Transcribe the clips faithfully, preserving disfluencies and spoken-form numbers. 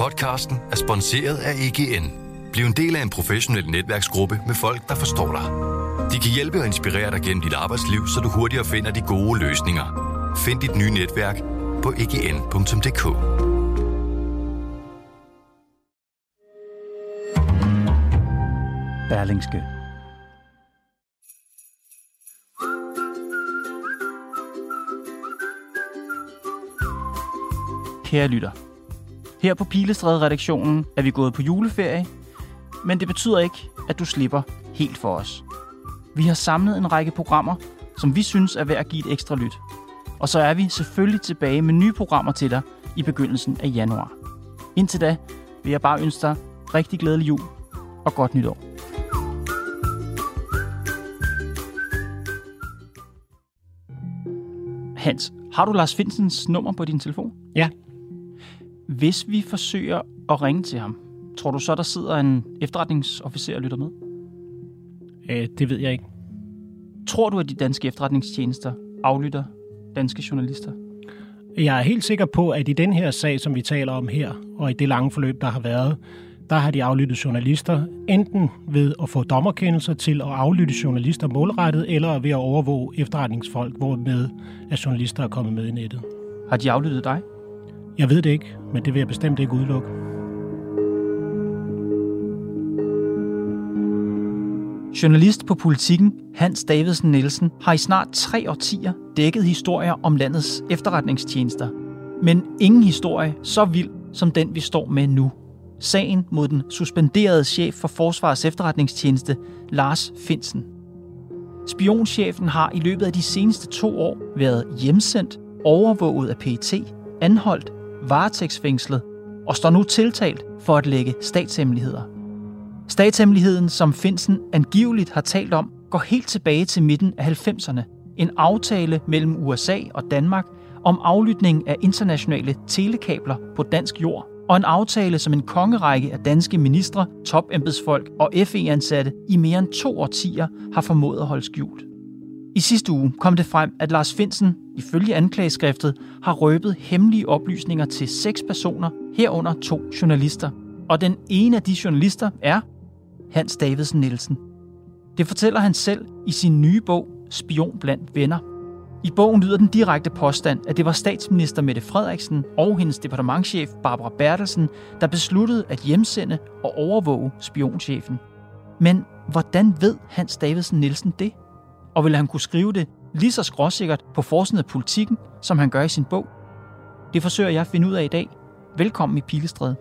Podcasten er sponsoreret af E G N. Bliv en del af en professionel netværksgruppe med folk, der forstår dig. De kan hjælpe og inspirere dig gennem dit arbejdsliv, så du hurtigere finder de gode løsninger. Find dit nye netværk på e g n punktum d k. Berlingske. Kære lytter, her på Pilestræde-redaktionen er vi gået på juleferie, men det betyder ikke, at du slipper helt for os. Vi har samlet en række programmer, som vi synes er værd at give et ekstra lyt. Og så er vi selvfølgelig tilbage med nye programmer til dig i begyndelsen af januar. Indtil da vil jeg bare ønske dig rigtig glædelig jul og godt nytår. Hans, har du Lars Findsens nummer på din telefon? Ja. Hvis vi forsøger at ringe til ham, tror du så, der sidder en efterretningsofficer og lytter med? Øh, det ved jeg ikke. Tror du, at de danske efterretningstjenester aflytter danske journalister? Jeg er helt sikker på, at i den her sag, som vi taler om her, og i det lange forløb, der har været, der har de aflyttet journalister, enten ved at få dommerkendelser til at aflytte journalister målrettet, eller ved at overvåge efterretningsfolk, hvormed at journalister er kommet med i nettet. Har de aflyttet dig? Jeg ved det ikke, men det vil jeg bestemt ikke udelukke. Journalist på Politiken, Hans Davidsen Nielsen, har i snart tre årtier dækket historier om landets efterretningstjenester. Men ingen historie så vild som den, vi står med nu. Sagen mod den suspenderede chef for Forsvarets efterretningstjeneste, Lars Findsen. Spionchefen har i løbet af de seneste to år været hjemsendt, overvåget af P E T, anholdt, varetægtsfængslet og står nu tiltalt for at lægge statshemmeligheder. Statshemmeligheden, som Findsen angiveligt har talt om, går helt tilbage til midten af halvfemserne. En aftale mellem U S A og Danmark om aflytning af internationale telekabler på dansk jord, og en aftale, som en kongerække af danske ministre, topembedsfolk og F E-ansatte i mere end to årtier har formået at holde skjult. I sidste uge kom det frem, at Lars Findsen, ifølge anklageskriftet, har røbet hemmelige oplysninger til seks personer, herunder to journalister. Og den ene af de journalister er Hans Davidsen Nielsen. Det fortæller han selv i sin nye bog, Spion blandt venner. I bogen lyder den direkte påstand, at det var statsminister Mette Frederiksen og hendes departementschef Barbara Bertelsen, der besluttede at hjemsende og overvåge spionchefen. Men hvordan ved Hans Davidsen Nielsen det? Og vil han kunne skrive det lige så skråsikkert på forsiden af Politiken, som han gør i sin bog? Det forsøger jeg at finde ud af i dag. Velkommen i Pilestræde.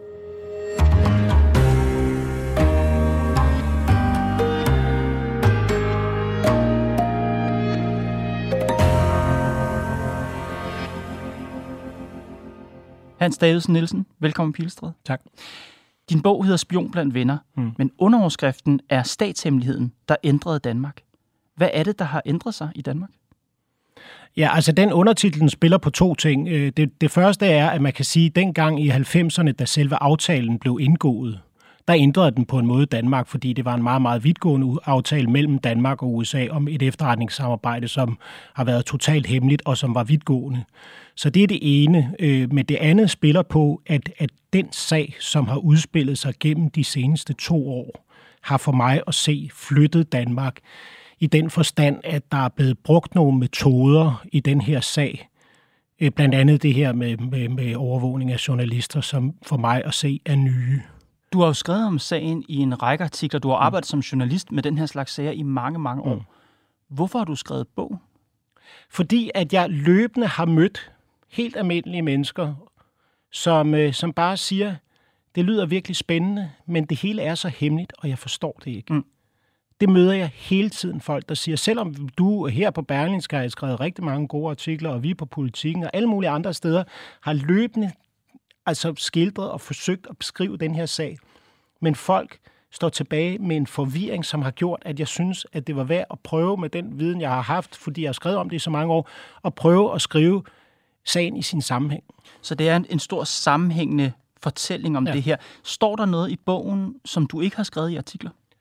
Hans Davidsen Nielsen, velkommen i Pilestræde. Tak. Din bog hedder Spion blandt venner, mm. men underoverskriften er statshemmeligheden, der ændrede Danmark. Hvad er det, der har ændret sig i Danmark? Ja, altså den undertitlen spiller på to ting. Det, det første er, at man kan sige, at dengang i halvfemserne, da selve aftalen blev indgået, der ændrede den på en måde Danmark, fordi det var en meget, meget vidtgående aftale mellem Danmark og U S A om et efterretningssamarbejde, som har været totalt hemmeligt og som var vidtgående. Så det er det ene. Men det andet spiller på, at, at den sag, som har udspillet sig gennem de seneste to år, har for mig at se flyttet Danmark i den forstand, at der er blevet brugt nogle metoder i den her sag. Blandt andet det her med, med, med overvågning af journalister, som for mig at se er nye. Du har jo skrevet om sagen i en række artikler. Du har arbejdet mm. som journalist med den her slags sager i mange, mange år. Mm. Hvorfor har du skrevet bog? Fordi at jeg løbende har mødt helt almindelige mennesker, som, som bare siger, det lyder virkelig spændende, men det hele er så hemmeligt, og jeg forstår det ikke. Mm. Det møder jeg hele tiden folk, der siger, selvom du her på Berlingske har skrevet rigtig mange gode artikler, og vi på Politiken og alle mulige andre steder har løbende altså skildret og forsøgt at beskrive den her sag. Men folk står tilbage med en forvirring, som har gjort, at jeg synes, at det var værd at prøve med den viden, jeg har haft, fordi jeg har skrevet om det i så mange år, at prøve at skrive sagen i sin sammenhæng. Så det er en, en stor sammenhængende fortælling om ja. det her. Står der noget i bogen, som du ikke har skrevet i artikler?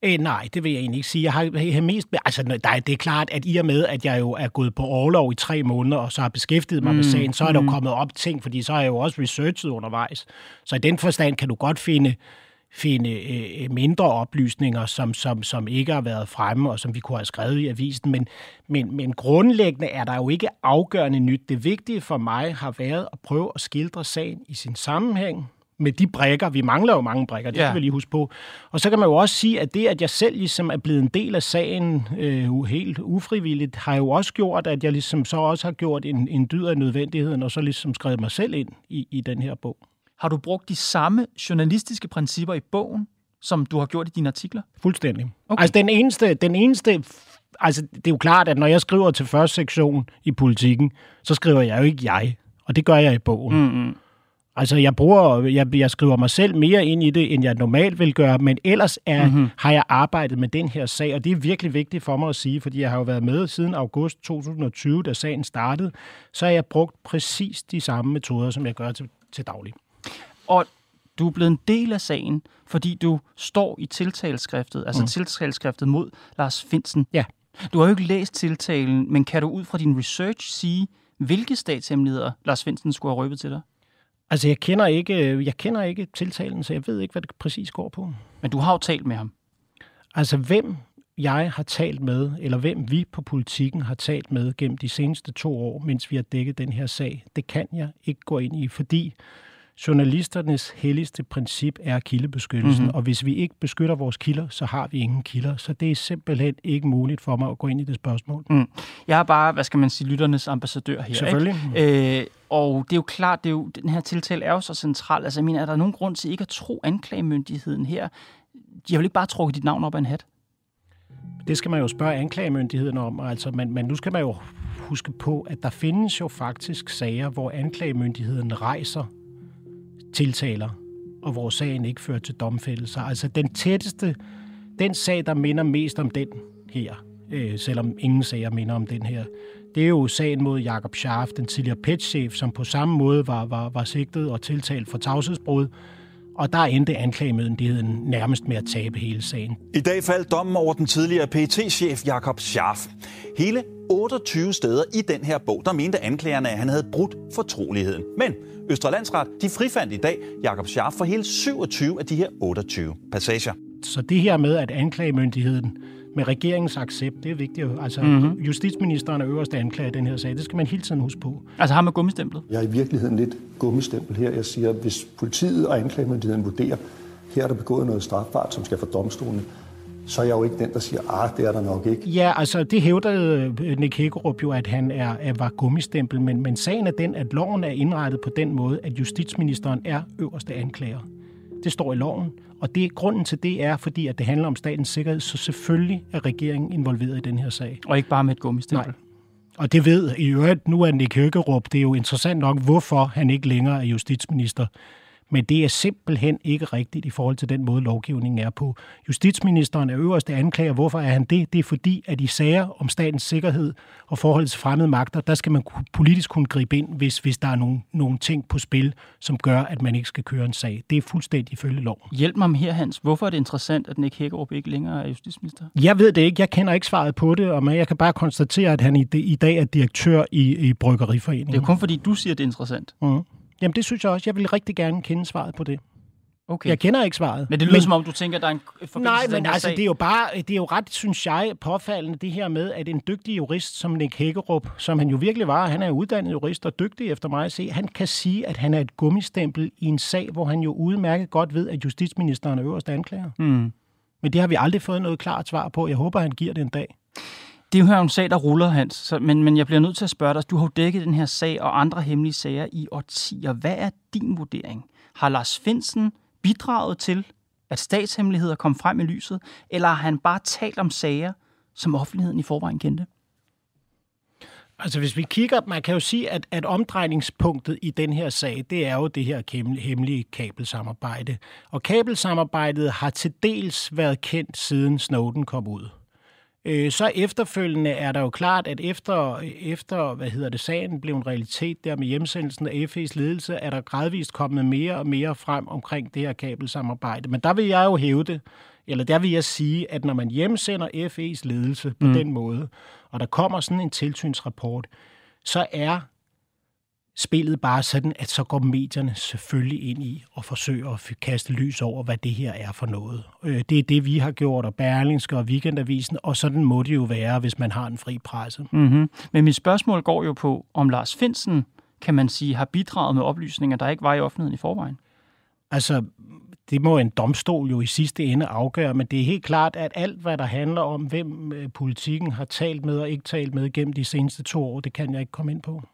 Øh, nej, det vil jeg egentlig ikke sige. Jeg har, jeg har mest... Altså, nej, det er klart, at i og med, at jeg jo er gået på orlov i tre måneder, og så har beskæftiget mig mm. med sagen, så er der mm. jo kommet op ting, fordi så har jeg jo også researchet undervejs. Så i den forstand kan du godt finde, finde øh, mindre oplysninger, som, som, som ikke har været fremme, og som vi kunne have skrevet i avisen. Men, men, men grundlæggende er der jo ikke afgørende nyt. Det vigtige for mig har været at prøve at skildre sagen i sin sammenhæng, med de brikker. Vi mangler jo mange brikker, det skal ja. vi lige huske på. Og så kan man jo også sige, at det, at jeg selv ligesom er blevet en del af sagen øh, helt ufrivilligt, har jo også gjort, at jeg ligesom så også har gjort en, en dyd af nødvendigheden, og så ligesom skrevet mig selv ind i, i den her bog. Har du brugt de samme journalistiske principper i bogen, som du har gjort i dine artikler? Fuldstændig. Okay. Altså den eneste, den eneste, altså det er jo klart, at når jeg skriver til første sektion i Politikken, så skriver jeg jo ikke jeg, og det gør jeg i bogen. Mm-hmm. Altså, jeg bruger, jeg, jeg skriver mig selv mere ind i det, end jeg normalt vil gøre, men ellers er, mm-hmm. har jeg arbejdet med den her sag, og det er virkelig vigtigt for mig at sige, fordi jeg har jo været med siden august to tusind og tyve, da sagen startede, så har jeg brugt præcis de samme metoder, som jeg gør til, til daglig. Og du er blevet en del af sagen, fordi du står i tiltaleskriftet, altså mm. tiltaleskriftet mod Lars Findsen. Ja. Du har jo ikke læst tiltalen, men kan du ud fra din research sige, hvilke statshemmeligheder Lars Findsen skulle have røbet til dig? Altså, jeg kender ikke, jeg kender ikke tiltalen, så jeg ved ikke, hvad det præcis går på. Men du har jo talt med ham. Altså, hvem jeg har talt med, eller hvem vi på Politikken har talt med gennem de seneste to år, mens vi har dækket den her sag, det kan jeg ikke gå ind i, fordi journalisternes helligste princip er kildebeskyttelsen, mm-hmm. og hvis vi ikke beskytter vores kilder, så har vi ingen kilder. Så det er simpelthen ikke muligt for mig at gå ind i det spørgsmål. Mm. Jeg er bare, hvad skal man sige, lytternes ambassadør her. Selvfølgelig. Ikke? Øh, og det er jo klart, det er jo, den her tiltale er jo så central. Altså, jeg mener, er der nogen grund til ikke at tro anklagemyndigheden her? De har vel ikke bare trukket dit navn op af en hat? Det skal man jo spørge anklagemyndigheden om. Altså, men, men nu skal man jo huske på, at der findes jo faktisk sager, hvor anklagemyndigheden rejser tiltaler, og hvor sagen ikke fører til domfældelser. Altså den tætteste, den sag, der minder mest om den her, øh, selvom ingen sager minder om den her, det er jo sagen mod Jakob Scharf, den tidligere P E T-chef, som på samme måde var, var, var sigtet og tiltalt for tavshedsbrud, og der endte anklagemyndigheden nærmest med at tabe hele sagen. I dag faldt dommen over den tidligere P E T-chef Jakob Scharf. Hele otteogtyve steder i den her bog, der mente anklagerne, at han havde brudt fortroligheden. Men Østre Landsret, de frifandt i dag Jakob Scharf for hele syvogtyve af de her otteogtyve passager. Så det her med, at anklagemyndigheden med regeringens accept, det er vigtigt. Altså, mm-hmm. justitsministeren er øverste anklager i den her sag. Det skal man hele tiden huske på. Altså har man gummistemplet? Jeg er i virkeligheden lidt gummistempel her. Jeg siger, hvis politiet og anklagemyndigheden vurderer, her er der begået noget strafbart, som skal for domstolene, så er jeg jo ikke den, der siger, ah, det er der nok ikke. Ja, altså det hævdede Nick Hækkerup jo, at han er, er, var gummistempel, men, men sagen er den, at loven er indrettet på den måde, at justitsministeren er øverste anklager. Det står i loven, og det, grunden til det er, fordi at det handler om statens sikkerhed, så selvfølgelig er regeringen involveret i den her sag. Og ikke bare med et gummistempel. Nej. Og det ved i øvrigt, nu er Nick Hækkerup, det er jo interessant nok, hvorfor han ikke længere er justitsminister. Men det er simpelthen ikke rigtigt i forhold til den måde, lovgivningen er på. Justitsministeren er øverste anklager. Hvorfor er han det? Det er fordi, at i sager om statens sikkerhed og forhold til fremmede magter, der skal man politisk kunne gribe ind, hvis, hvis der er nogle, nogle ting på spil, som gør, at man ikke skal køre en sag. Det er fuldstændig ifølge loven. Hjælp mig her, Hans. Hvorfor er det interessant, at Nick Hækkerup ikke længere er justitsminister? Jeg ved det ikke. Jeg kender ikke svaret på det, og jeg kan bare konstatere, at han i, i dag er direktør i, i Bryggeriforeningen. Det er kun fordi, du siger, det er interessant. Mm. Jamen, det synes jeg også. Jeg vil rigtig gerne kende svaret på det. Okay. Jeg kender ikke svaret. Men det lyder men, som om, du tænker, at der er en forbindelse nej, til den men her altså, sag. det er jo bare, det er jo ret, synes jeg, påfaldende det her med, at en dygtig jurist som Nick Hækkerup, som han jo virkelig var, han er uddannet jurist og dygtig efter mig at se, han kan sige, at han er et gummistempel i en sag, hvor han jo udmærket godt ved, at justitsministeren er øverste anklager. Mm. Men det har vi aldrig fået noget klart svar på. Jeg håber, han giver det en dag. Det er jo her en sag, der ruller, Hans, så, men, men jeg bliver nødt til at spørge dig, du har jo dækket den her sag og andre hemmelige sager i årtier. Hvad er din vurdering? Har Lars Findsen bidraget til, at statshemmeligheder kom frem i lyset, eller har han bare talt om sager, som offentligheden i forvejen kendte? Altså hvis vi kigger, man kan jo sige, at, at omdrejningspunktet i den her sag, det er jo det her hemmelige kabelsamarbejde. Og kabelsamarbejdet har til dels været kendt siden Snowden kom ud. Øh, så efterfølgende er der jo klart, at efter, efter hvad hedder det, sagen blev en realitet der med hjemsendelsen af F E's ledelse, er der gradvist kommet mere og mere frem omkring det her kabelsamarbejde. Men der vil jeg jo hæve det, eller der vil jeg sige, at når man hjemsender F E's ledelse på mm. den måde, og der kommer sådan en tilsynsrapport, så er spillet bare sådan, at så går medierne selvfølgelig ind i og forsøger at kaste lys over, hvad det her er for noget. Det er det, vi har gjort, og Berlingske og Weekendavisen, og sådan må det jo være, hvis man har en fri presse. Mm-hmm. Men mit spørgsmål går jo på, om Lars Findsen, kan man sige, har bidraget med oplysninger, der ikke var i offentligheden i forvejen. Altså, det må en domstol jo i sidste ende afgøre, men det er helt klart, at alt, hvad der handler om, hvem politikken har talt med og ikke talt med gennem de seneste to år, det kan jeg ikke komme ind på.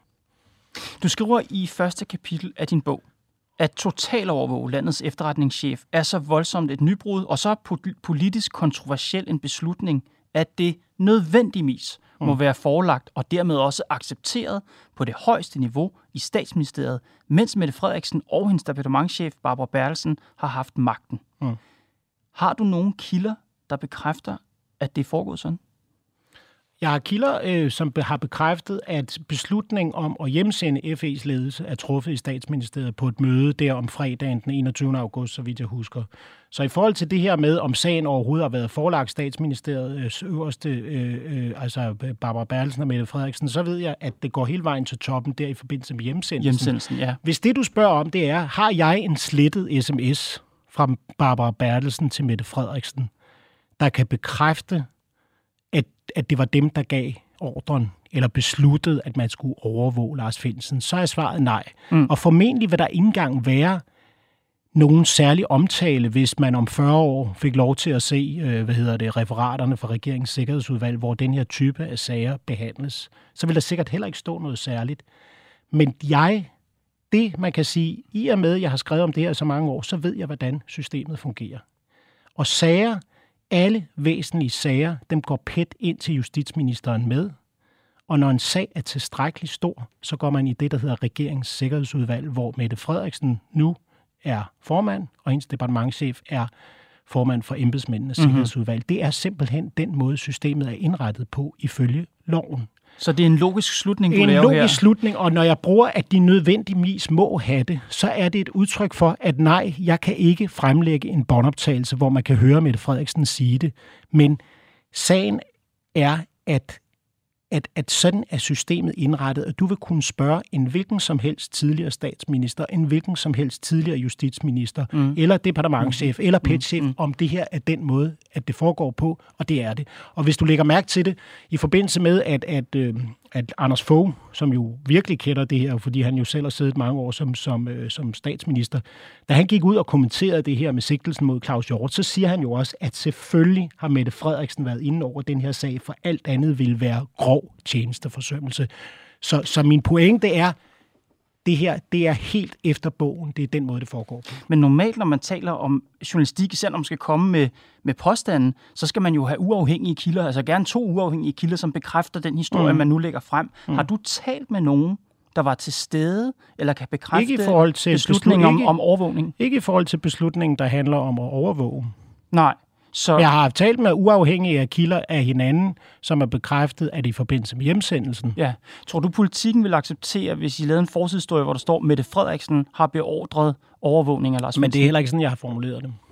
Du skriver i første kapitel af din bog, at totalovervåge landets efterretningschef er så voldsomt et nybrud og så politisk kontroversiel en beslutning, at det nødvendigvis må være forelagt og dermed også accepteret på det højeste niveau i Statsministeriet, mens Mette Frederiksen og hendes departementschef Barbara Bertelsen har haft magten. Mm. Har du nogle kilder, der bekræfter, at det er foregået sådan? Jeg har kilder, øh, som har bekræftet, at beslutningen om at hjemsende F E's ledelse er truffet i Statsministeriet på et møde der om fredagen den enogtyvende august, så vidt jeg husker. Så i forhold til det her med, om sagen overhovedet har været forelagt Statsministeriets øverste, øh, øh, altså Barbara Bertelsen og Mette Frederiksen, så ved jeg, at det går hele vejen til toppen der i forbindelse med hjemsendelsen. Hjemsendelsen, ja. Hvis det, du spørger om, det er, har jeg en slettet sms fra Barbara Bertelsen til Mette Frederiksen, der kan bekræfte, At, at det var dem, der gav ordren, eller besluttede, at man skulle overvåge Lars Findsen, så er svaret nej. Mm. Og formentlig vil der ikke engang være nogen særlig omtale, hvis man om fyrre år fik lov til at se, øh, hvad hedder det, referaterne fra regeringens sikkerhedsudvalg, hvor den her type af sager behandles. Så vil der sikkert heller ikke stå noget særligt. Men jeg, det man kan sige, i og med, at jeg har skrevet om det her så mange år, så ved jeg, hvordan systemet fungerer. Og sager, alle væsentlige sager, dem går pet ind til justitsministeren med, og når en sag er tilstrækkeligt stor, så går man i det, der hedder regeringens sikkerhedsudvalg, hvor Mette Frederiksen nu er formand, og hendes departementschef er formand for embedsmændenes mm-hmm. sikkerhedsudvalg. Det er simpelthen den måde, systemet er indrettet på ifølge loven. Så det er en logisk slutning, du en laver her? En logisk slutning, og når jeg bruger, at de nødvendigvis må have det, så er det et udtryk for, at nej, jeg kan ikke fremlægge en båndoptagelse, hvor man kan høre Mette Frederiksen sige det. Men sagen er, at, at, at sådan er systemet indrettet, at du vil kunne spørge en hvilken som helst tidligere statsminister, en hvilken som helst tidligere justitsminister, mm. eller departementschef, mm. eller P E T-chef, mm. om det her er den måde, at det foregår på, og det er det. Og hvis du lægger mærke til det, i forbindelse med, at, at, øh, at Anders Fogh, som jo virkelig kender det her, fordi han jo selv har siddet mange år som, som, øh, som statsminister, da han gik ud og kommenterede det her med sigtelsen mod Claus Hjort, så siger han jo også, at selvfølgelig har Mette Frederiksen været inde over den her sag, for alt andet ville være grov tjenesteforsømmelse. Så, så min pointe er, det her, det er helt efter bogen. Det er den måde, det foregår på. Men normalt, når man taler om journalistik, især når man skal komme med, med påstanden, så skal man jo have uafhængige kilder, altså gerne to uafhængige kilder, som bekræfter den historie, mm. man nu lægger frem. Mm. Har du talt med nogen, der var til stede, eller kan bekræfte ikke i forhold til beslutningen om, om overvågning? Ikke i forhold til beslutningen, der handler om at overvåge. Nej. Så... Jeg har talt med uafhængige kilder af hinanden, som er bekræftet, at i forbindelse med hjemsendelsen. Ja. Tror du, politikken vil acceptere, hvis I lavede en forsidehistorie, hvor der står, Mette Frederiksen har beordret overvågning af Lars Findsen? Men det er heller ikke sådan, jeg har formuleret det.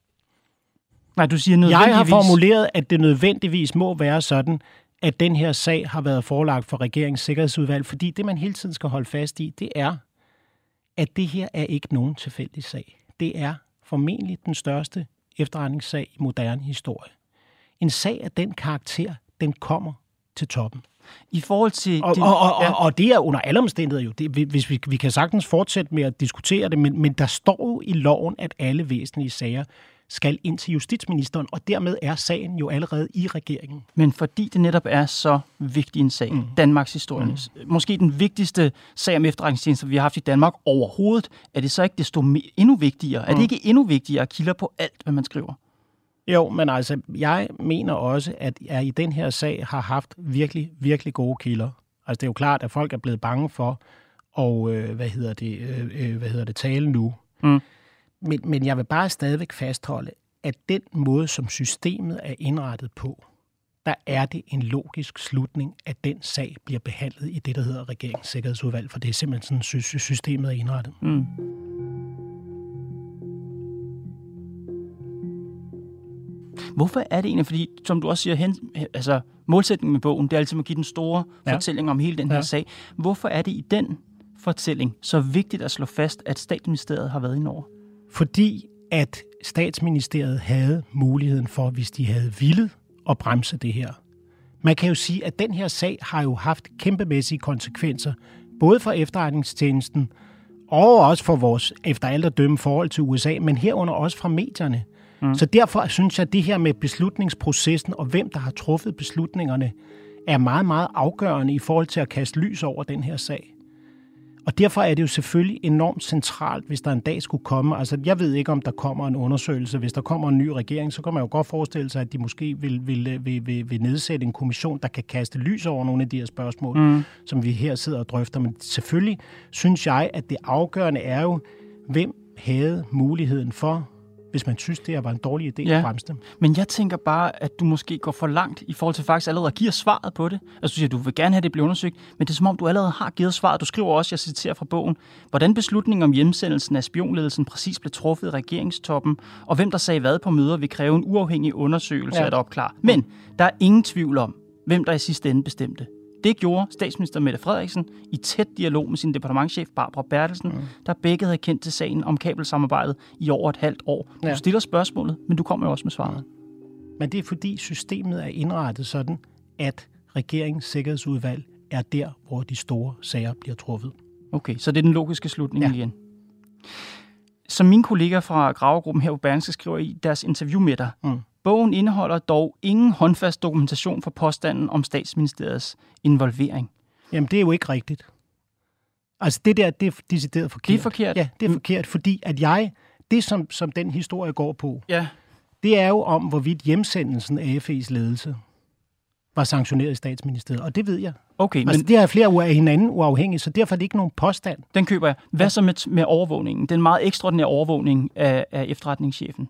Nej, du siger nødvendigvis... Jeg har formuleret, at det nødvendigvis må være sådan, at den her sag har været forelagt for regeringens sikkerhedsudvalg, fordi det, man hele tiden skal holde fast i, det er, at det her er ikke nogen tilfældig sag. Det er formentlig den største efterretningssag i moderne historie. En sag af den karakter, den kommer til toppen. I forhold til... Og, din, og, og, ja. og, og det er under alle omstændigheder jo. Det, hvis vi, vi kan sagtens fortsætte med at diskutere det, men, men der står jo i loven, at alle væsentlige sager skal ind til justitsministeren, og dermed er sagen jo allerede i regeringen. Men fordi det netop er så vigtig en sag, mm. Danmarks historie, mm. måske den vigtigste sag om efterretningstjenester, vi har haft i Danmark overhovedet, er det så ikke desto endnu vigtigere? Mm. Er det ikke endnu vigtigere at kilder på alt, hvad man skriver? Jo, men altså, jeg mener også, at jeg i den her sag har haft virkelig, virkelig gode kilder. Altså, det er jo klart, at folk er blevet bange for at, øh, hvad hedder det, øh, hvad hedder det, tale nu. Mm. Men, men jeg vil bare stadigvæk fastholde, at den måde, som systemet er indrettet på, der er det en logisk slutning, at den sag bliver behandlet i det, der hedder regeringssikkerhedsudvalg, for det er simpelthen sådan, systemet er indrettet. Mm. Hvorfor er det egentlig? Fordi, som du også siger, hen, altså, målsætningen med bogen, det er altid at give den store ja. fortælling om hele den her ja. sag. Hvorfor er det i den fortælling så vigtigt at slå fast, at Statsministeriet har været indover? Fordi at Statsministeriet havde muligheden for, hvis de havde villet, at bremse det her. Man kan jo sige, at den her sag har jo haft kæmpemæssige konsekvenser, både for efterretningstjenesten og også for vores efter alt at dømme forhold til U S A, men herunder også fra medierne. Mm. Så derfor synes jeg, at det her med beslutningsprocessen og hvem, der har truffet beslutningerne, er meget, meget afgørende i forhold til at kaste lys over den her sag. Og derfor er det jo selvfølgelig enormt centralt, hvis der en dag skulle komme. Altså, jeg ved ikke, om der kommer en undersøgelse. Hvis der kommer en ny regering, så kan man jo godt forestille sig, at de måske vil, vil, vil, vil, vil nedsætte en kommission, der kan kaste lys over nogle af de her spørgsmål, mm. som vi her sidder og drøfter. Men selvfølgelig synes jeg, at det afgørende er jo, hvem havde muligheden for, hvis man synes, det var en dårlig idé ja. at bremse dem. Men jeg tænker bare, at du måske går for langt i forhold til faktisk allerede at give svaret på det. Altså du siger, at du vil gerne have det blive undersøgt, men det er som om, du allerede har givet svaret. Du skriver også, jeg citerer fra bogen, hvordan beslutningen om hjemsendelsen af spionledelsen præcis blev truffet i regeringstoppen, og hvem der sagde hvad på møder vil kræve en uafhængig undersøgelse ja. at opklare. Men der er ingen tvivl om, hvem der i sidste ende bestemte. Det gjorde statsminister Mette Frederiksen i tæt dialog med sin departementschef Barbara Bertelsen, mm. der begge havde kendt til sagen om kabelsamarbejdet i over et halvt år. Du ja. stiller spørgsmålet, men du kommer jo også med svaret. Men det er fordi systemet er indrettet sådan, at regeringens sikkerhedsudvalg er der, hvor de store sager bliver truffet. Okay, så det er den logiske slutning ja. igen. Som mine kolleger fra Gravergruppen her på Berlingske skriver i deres interview med dig, mm. bogen indeholder dog ingen håndfast dokumentation for påstanden om Statsministeriets involvering. Jamen, det er jo ikke rigtigt. Altså, det der, det er decideret forkert. Det er forkert? Ja, det er forkert, fordi at jeg, det som, som den historie går på, ja. det er jo om, hvorvidt hjemsendelsen af F E's ledelse var sanktioneret i Statsministeriet, og det ved jeg. Okay, altså, men det er flere uger af hinanden uafhængigt, så derfor er det ikke nogen påstand. Den køber jeg. Hvad ja. så med, med overvågningen? Den meget ekstraordinære overvågning af, af efterretningschefen?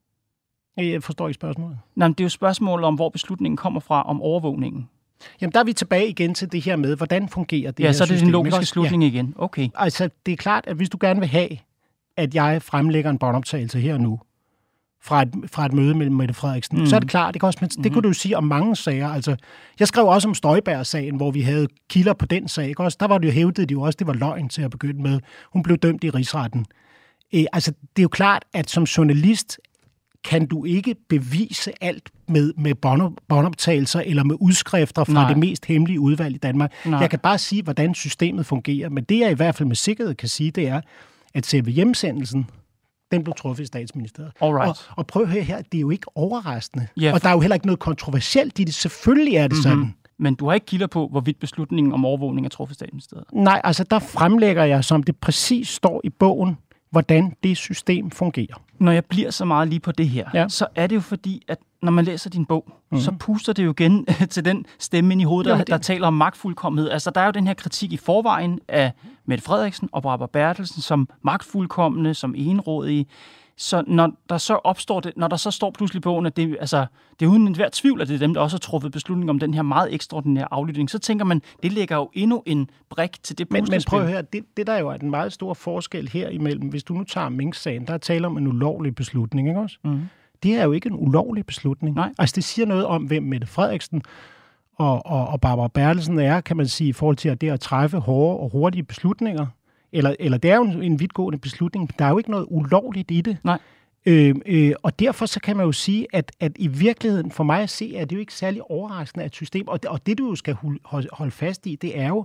Jeg forstår ikke spørgsmålet. Nej, men det er jo spørgsmålet om, hvor beslutningen kommer fra om overvågningen. Jamen, der er vi tilbage igen til det her med, hvordan fungerer det ja, her system. Ja, så er det system, den logiske slutning ja. igen. Okay. Altså, det er klart, at hvis du gerne vil have, at jeg fremlægger en båndoptagelse her nu, fra et, fra et møde mellem Mette Frederiksen, mm. så er det klart, det, kan også, men mm-hmm. det kunne du jo sige om mange sager. Altså, jeg skrev også om Støjberg-sagen, hvor vi havde kilder på den sag. Ikke? Også, der var det jo hævdet, de jo også, det var løgn til at begynde med. Hun blev dømt i rigsretten. Æ, altså, det er jo klart, at som journalist kan du ikke bevise alt med, med båndoptagelser eller med udskrifter fra Nej. det mest hemmelige udvalg i Danmark. Nej. Jeg kan bare sige, hvordan systemet fungerer, men det jeg i hvert fald med sikkerhed kan sige, det er, at selve hjemsendelsen, den blev truffet i Statsministeriet. Og, og prøv at høre her, det er jo ikke overraskende. Ja, og der er jo heller ikke noget kontroversielt i det. Selvfølgelig er det mm-hmm. sådan. Men du har ikke kilder på, hvorvidt beslutningen om overvågning er truffet i Statsministeriet? Nej, altså der fremlægger jeg, som det præcis står i bogen, hvordan det system fungerer. Når jeg bliver så meget lige på det her, ja. så er det jo fordi, at når man læser din bog, mm-hmm. så puster det jo igen til den stemme ind i hovedet, der, det... der taler om magtfuldkommenhed. Altså, der er jo den her kritik i forvejen af Mette Frederiksen og Barbara Bertelsen som magtfuldkommende, som enrådige. Så når der så opstår det, når der så står pludselig i bogen, at det, altså, det er uden enhver tvivl, at det er dem, der også har truffet beslutning om den her meget ekstraordinære aflytning, så tænker man, det lægger jo endnu en brik til det puslespil. Men, men prøv at høre, det, det der jo er den meget store forskel her imellem, hvis du nu tager Mink-sagen, der er tale om en ulovlig beslutning, ikke også? Mm. Det er jo ikke en ulovlig beslutning. Nej. Altså det siger noget om, hvem Mette Frederiksen og, og, og Barbara Bertelsen er, kan man sige, i forhold til at det at træffe hårde og hurtige beslutninger. Eller, eller det er jo en, en vidtgående beslutning, men der er jo ikke noget ulovligt i det. Nej. Øh, øh, og derfor så kan man jo sige, at, at i virkeligheden, for mig at se, er det jo ikke særlig overraskende at system. Og, og det, du jo skal holde, holde fast i, det er jo,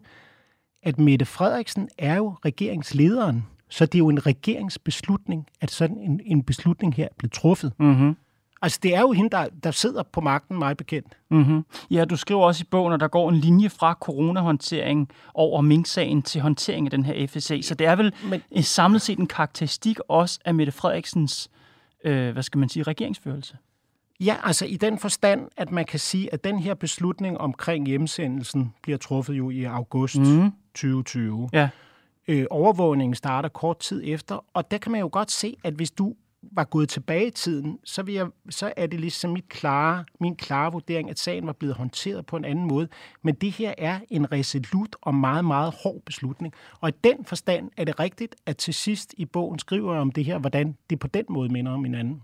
at Mette Frederiksen er jo regeringslederen. Så det er jo en regeringsbeslutning, at sådan en, en beslutning her blev truffet. Mm-hmm. Altså, det er jo hende, der, der sidder på magten, meget bekendt. Mm-hmm. Ja, du skriver også i bogen, at der går en linje fra coronahåndtering over Mink-sagen til håndtering af den her F S A. Så det er vel Men, samlet set en karakteristik også af Mette Frederiksens, øh, hvad skal man sige, regeringsførelse? Ja, altså i den forstand, at man kan sige, at den her beslutning omkring hjemsendelsen bliver truffet jo i august mm. tyve tyve. Ja. Øh, overvågningen starter kort tid efter, og der kan man jo godt se, at hvis du var gået tilbage i tiden, så, vil jeg, så er det ligesom mit klare, min klare vurdering, at sagen var blevet håndteret på en anden måde. Men det her er en resolut og meget, meget hård beslutning. Og i den forstand er det rigtigt, at til sidst i bogen skriver jeg om det her, hvordan det på den måde minder om hinanden.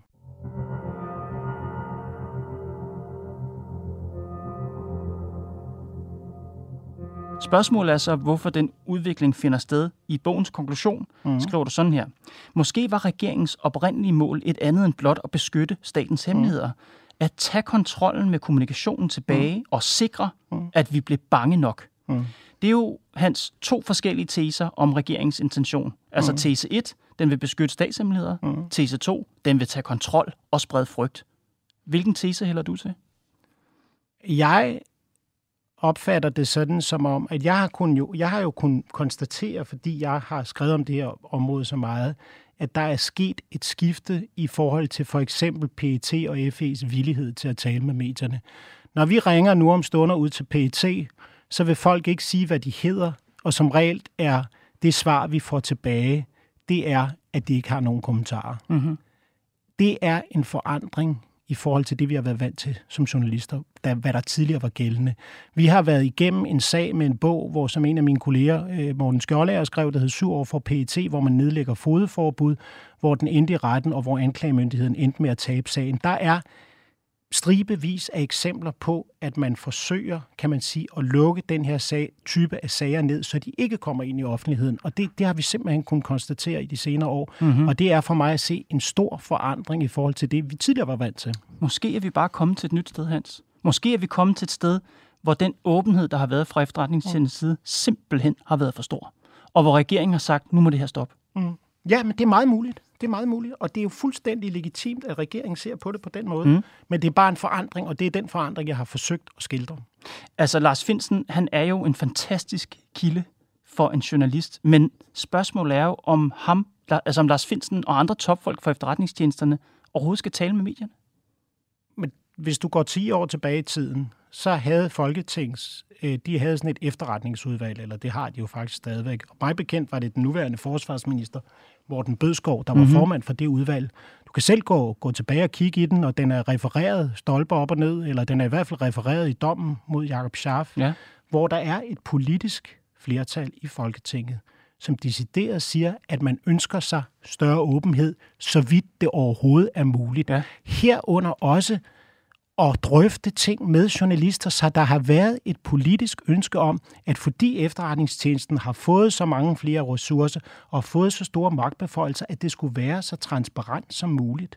Spørgsmålet er så, hvorfor den udvikling finder sted. I bogens konklusion mm. skriver du sådan her. Måske var regeringens oprindelige mål et andet end blot at beskytte statens hemmeligheder. Mm. At tage kontrollen med kommunikationen tilbage mm. og sikre, mm. at vi blev bange nok. Mm. Det er jo hans to forskellige teser om regeringens intention. Altså mm. tese et, den vil beskytte statshemmeligheder. Mm. Tese to, den vil tage kontrol og sprede frygt. Hvilken tese hælder du til? Jeg opfatter det sådan som om, at jeg har, kun jo, jeg har jo kunnet konstatere, fordi jeg har skrevet om det her område så meget, at der er sket et skifte i forhold til for eksempel P E T og F E's villighed til at tale med medierne. Når vi ringer nu om stunder ud til P E T, så vil folk ikke sige, hvad de hedder, og som regel er det svar, vi får tilbage, det er, at de ikke har nogen kommentarer. Mm-hmm. Det er en forandring i forhold til det, vi har været vant til som journalister, der, hvad der tidligere var gældende. Vi har været igennem en sag med en bog, hvor som en af mine kolleger, Morten Skjoldager, skrev, der hed Syv år for P E T, hvor man nedlægger fogedforbud, hvor den endte i retten, og hvor anklagemyndigheden endte med at tabe sagen. Der er stribevis af eksempler på, at man forsøger, kan man sige, at lukke den her sag, type af sager ned, så de ikke kommer ind i offentligheden. Og det, det har vi simpelthen kunnet konstatere i de senere år. Mm-hmm. Og det er for mig at se en stor forandring i forhold til det, vi tidligere var vant til. Måske er vi bare kommet til et nyt sted, Hans. Måske er vi kommet til et sted, hvor den åbenhed, der har været fra efterretningstjenestens side, simpelthen har været for stor. Og hvor regeringen har sagt, nu må det her stoppe. Mm. Ja, men det er meget muligt. Det er meget muligt, og det er jo fuldstændig legitimt, at regeringen ser på det på den måde. Mm. Men det er bare en forandring, og det er den forandring, jeg har forsøgt at skildre. Altså, Lars Findsen, han er jo en fantastisk kilde for en journalist, men spørgsmålet er jo, om ham, altså om Lars Findsen og andre topfolk for efterretningstjenesterne overhovedet skal tale med medierne. Men hvis du går ti år tilbage i tiden, så havde Folketings, de havde sådan et efterretningsudvalg, eller det har de jo faktisk stadigvæk. Og mig bekendt var det den nuværende forsvarsminister, Morten Bødskov, der var mm-hmm. formand for det udvalg. Du kan selv gå, gå tilbage og kigge i den, og den er refereret stolper op og ned, eller den er i hvert fald refereret i dommen mod Jakob Scharf, ja. Hvor der er et politisk flertal i Folketinget, som decideret siger, at man ønsker sig større åbenhed, så vidt det overhovedet er muligt. Ja. Herunder også at drøfte ting med journalister, så der har været et politisk ønske om, at fordi efterretningstjenesten har fået så mange flere ressourcer og fået så store magtbeføjelser, at det skulle være så transparent som muligt.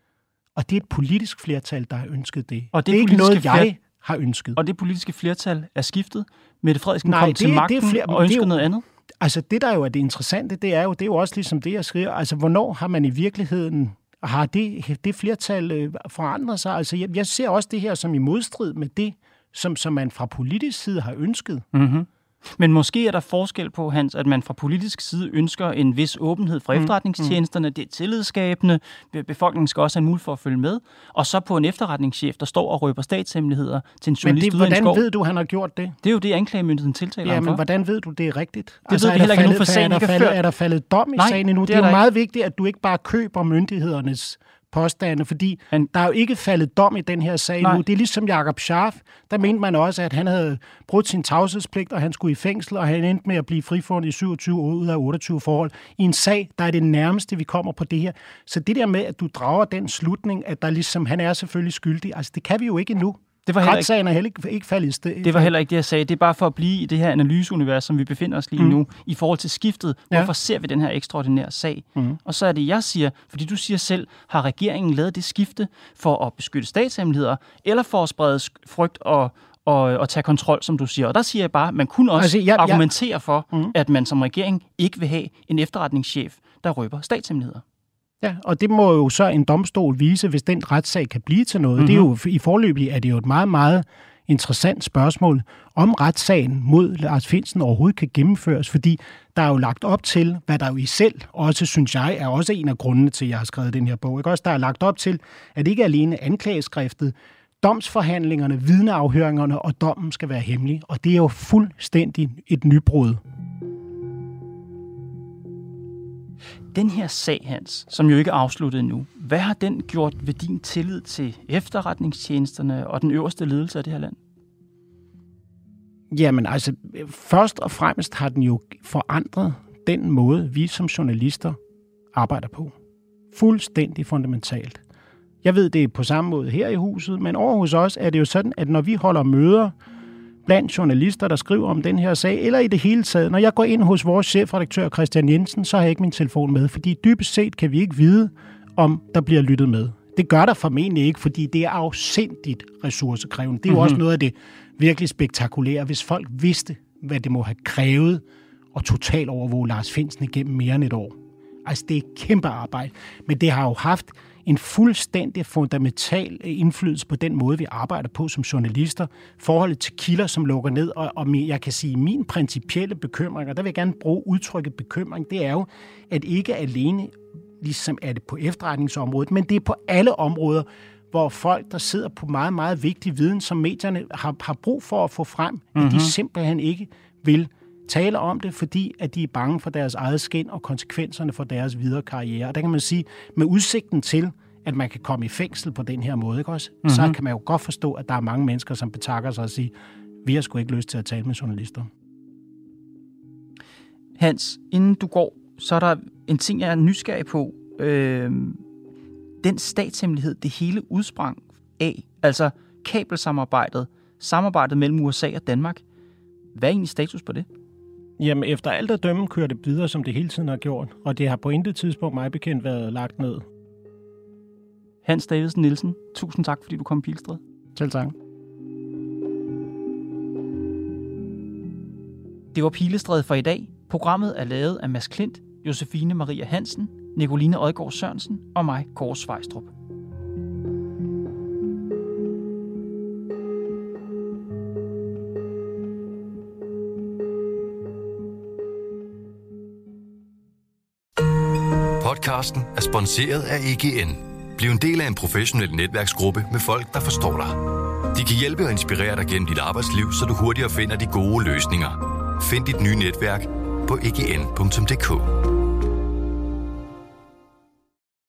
Og det er et politisk flertal, der har ønsket det. Og det, det er ikke noget, jeg fler... har ønsket. Og det politiske flertal er skiftet. Mette Frederiksen Nej, kom det, til magten det flere... og ønskede noget andet. Altså det, der jo er det interessante, det er jo, det er jo også ligesom det, jeg skriver. Altså hvornår har man i virkeligheden har det, det flertal øh, forandret sig? Altså, jeg, jeg ser også det her som i modstrid med det, som, som man fra politisk side har ønsket. Mm-hmm. Men måske er der forskel på, Hans, at man fra politisk side ønsker en vis åbenhed fra mm. efterretningstjenesterne. Det er tillidsskabende. Befolkningen skal også have en mulighed for at følge med. Og så på en efterretningschef, der står og røber statshemmeligheder til en journalist. Men det, hvordan ved du, han har gjort det? Det er jo det, anklagemyndigheden tiltaler ja, ham for. Men hvordan ved du, det er rigtigt? Det altså, ved vi heller ikke nu, for sagen ikke er faldet, er der faldet dom i Nej, sagen endnu? Det, det er, er jo meget vigtigt, at du ikke bare køber myndighedernes påstande, fordi han, der er jo ikke faldet dom i den her sag nej. nu. Det er ligesom Jakob Scharf. Der mente man også, at han havde brudt sin tavshedspligt, og han skulle i fængsel, og han endte med at blive frifundet i syvogtyve år ud af otteogtyve forhold. I en sag, der er det nærmeste, vi kommer på det her. Så det der med, at du drager den slutning, at der ligesom, han er selvfølgelig skyldig, altså det kan vi jo ikke endnu. Det var heller Retssagen er heller ikke, ikke faldet i sted. Det var heller ikke det, jeg sagde. Det er bare for at blive i det her analyseunivers, som vi befinder os lige mm. nu, i forhold til skiftet. Hvorfor ja. ser vi den her ekstraordinære sag? Mm. Og så er det, jeg siger, fordi du siger selv, har regeringen lavet det skifte for at beskytte statshemmeligheder, eller for at sprede frygt og, og, og tage kontrol, som du siger? Og der siger jeg bare, at man kunne også altså, jeg, argumentere jeg... for, mm. at man som regering ikke vil have en efterretningschef, der røber statshemmeligheder. Ja, og det må jo så en domstol vise, hvis den retssag kan blive til noget. Mm-hmm. Det er jo, i forløbig er det jo et meget, meget interessant spørgsmål, om retssagen mod Lars Findsen overhovedet kan gennemføres, fordi der er jo lagt op til, hvad der jo i selv også, synes jeg, er også en af grundene til, at jeg har skrevet den her bog. Ikke? Også der er lagt op til, at ikke alene anklageskriftet, domsforhandlingerne, vidneafhøringerne og dommen skal være hemmelige, og det er jo fuldstændig et nybrud. Den her sag, Hans, som jo ikke er afsluttet endnu, hvad har den gjort ved din tillid til efterretningstjenesterne og den øverste ledelse af det her land? Jamen altså, først og fremmest har den jo forandret den måde, vi som journalister arbejder på. Fuldstændig fundamentalt. Jeg ved, det er på samme måde her i huset, men over hos os er det jo sådan, at når vi holder møder blandt journalister, der skriver om den her sag, eller i det hele taget, når jeg går ind hos vores chefredaktør Christian Jensen, så har jeg ikke min telefon med, fordi dybest set kan vi ikke vide, om der bliver lyttet med. Det gør der formentlig ikke, fordi det er afsindigt ressourcekrævende. Det er jo mm-hmm. også noget af det virkelig spektakulære, hvis folk vidste, hvad det må have krævet at totalt overvåge Lars Findsen igennem mere end et år. Altså, det er et kæmpe arbejde, men det har jo haft en fuldstændig fundamental indflydelse på den måde, vi arbejder på som journalister. Forholdet til kilder, som lukker ned, og, og jeg kan sige, min principielle bekymring, og der vil jeg gerne bruge udtrykket bekymring, det er jo, at ikke alene ligesom er det på efterretningsområdet, men det er på alle områder, hvor folk, der sidder på meget, meget vigtig viden, som medierne har, har brug for at få frem, mm-hmm. at de simpelthen ikke vil tale om det, fordi at de er bange for deres eget skin og konsekvenserne for deres videre karriere. Og der kan man sige, med udsigten til, at man kan komme i fængsel på den her måde, ikke også? Mm-hmm. Så kan man jo godt forstå, at der er mange mennesker, som betakker sig og siger, vi har sgu ikke lyst til at tale med journalister. Hans, inden du går, så er der en ting, jeg er nysgerrig på. Øh, den statshemmelighed, det hele udsprang af, altså kabelsamarbejdet, samarbejdet mellem U S A og Danmark. Hvad er egentlig status på det? Jamen, efter alt at dømme kører det videre, som det hele tiden har gjort, og det har på intet tidspunkt mig bekendt været lagt ned. Hans Davidsen Nielsen, tusind tak, fordi du kom i Pilestræde. Selv tak. Det var Pilestræde for i dag. Programmet er lavet af Mads Klint, Josefine Maria Hansen, Nicoline Odgaard Sørensen og mig, Kåre Svejstrup. Podcasten er sponsoreret af E G N. Bliv en del af en professionel netværksgruppe med folk, der forstår dig. De kan hjælpe og inspirere dig gennem dit arbejdsliv, så du hurtigere finder de gode løsninger. Find dit nye netværk på e g n punktum d k.